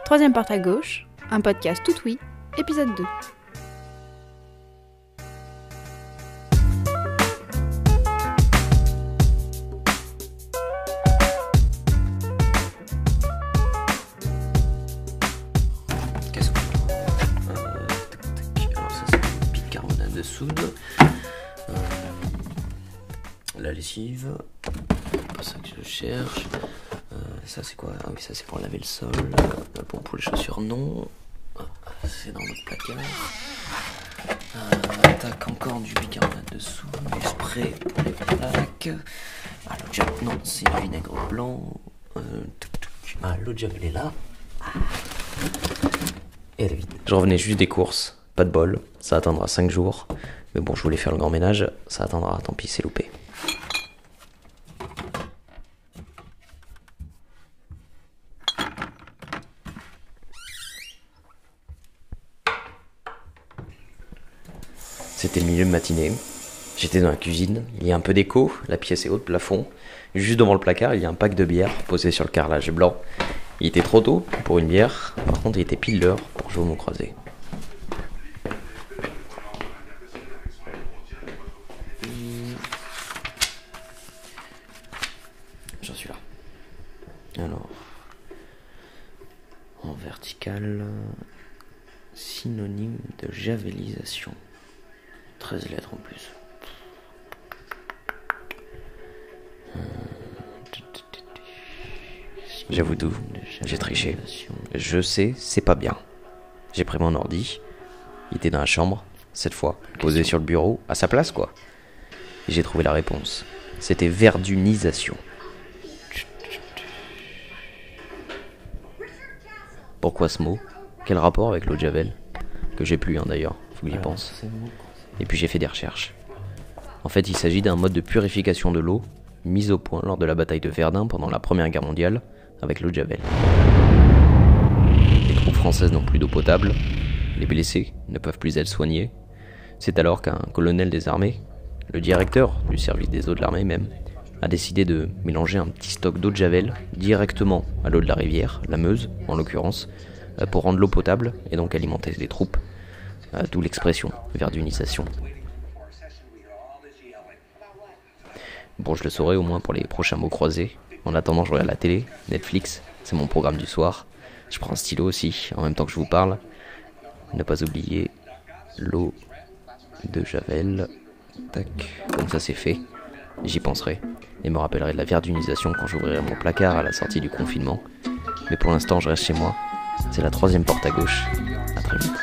Troisième porte à gauche, un podcast tout oui, épisode 2. Qu'est-ce qu'on a Alors ça c'est du bicarbonate de soude. La lessive, pas ça que je cherche. Ça c'est quoi? Ah oui, ça c'est pour laver le sol. Bon, pour les chaussures non. C'est dans notre placard. Tac, encore du bicarbonate de soude, du spray pour les plaques. L'eau de javel, non, c'est du vinaigre blanc. L'eau de javel est là. Et elle est vide. Je revenais juste des courses, pas de bol, ça attendra 5 jours. Mais bon, je voulais faire le grand ménage, ça attendra, tant pis, c'est loupé. C'était le milieu de matinée, j'étais dans la cuisine, il y a un peu d'écho, la pièce est haute, plafond. Juste devant le placard, il y a un pack de bière posé sur le carrelage blanc. Il était trop tôt pour une bière, par contre il était pile l'heure pour jouer au mot croisé. J'en suis là. Alors, en vertical, synonyme de javelisation. 13 lettres en plus. J'avoue tout, j'ai triché. Je sais, c'est pas bien. J'ai pris mon ordi, il était dans la chambre, cette fois, posé sur le bureau, à sa place quoi. Et j'ai trouvé la réponse. C'était verdunisation. Pourquoi ce mot? Quel rapport avec l'eau de javel? Que j'ai plus d'ailleurs, faut que j'y pense. Et puis j'ai fait des recherches. En fait, il s'agit d'un mode de purification de l'eau mis au point lors de la bataille de Verdun pendant la Première Guerre mondiale avec l'eau de javel. Les troupes françaises n'ont plus d'eau potable, les blessés ne peuvent plus être soignés. C'est alors qu'un colonel des armées, le directeur du service des eaux de l'armée même, a décidé de mélanger un petit stock d'eau de javel directement à l'eau de la rivière, la Meuse en l'occurrence, pour rendre l'eau potable et donc alimenter les troupes. D'où l'expression verdunisation. Bon, je le saurai au moins pour les prochains mots croisés. En attendant, je regarde la télé, Netflix, c'est mon programme du soir. Je prends un stylo aussi, en même temps que je vous parle. Ne pas oublier l'eau de javel. Tac, comme ça c'est fait. J'y penserai et me rappellerai de la verdunisation quand j'ouvrirai mon placard à la sortie du confinement. Mais pour l'instant, je reste chez moi. C'est la troisième porte à gauche. À très vite.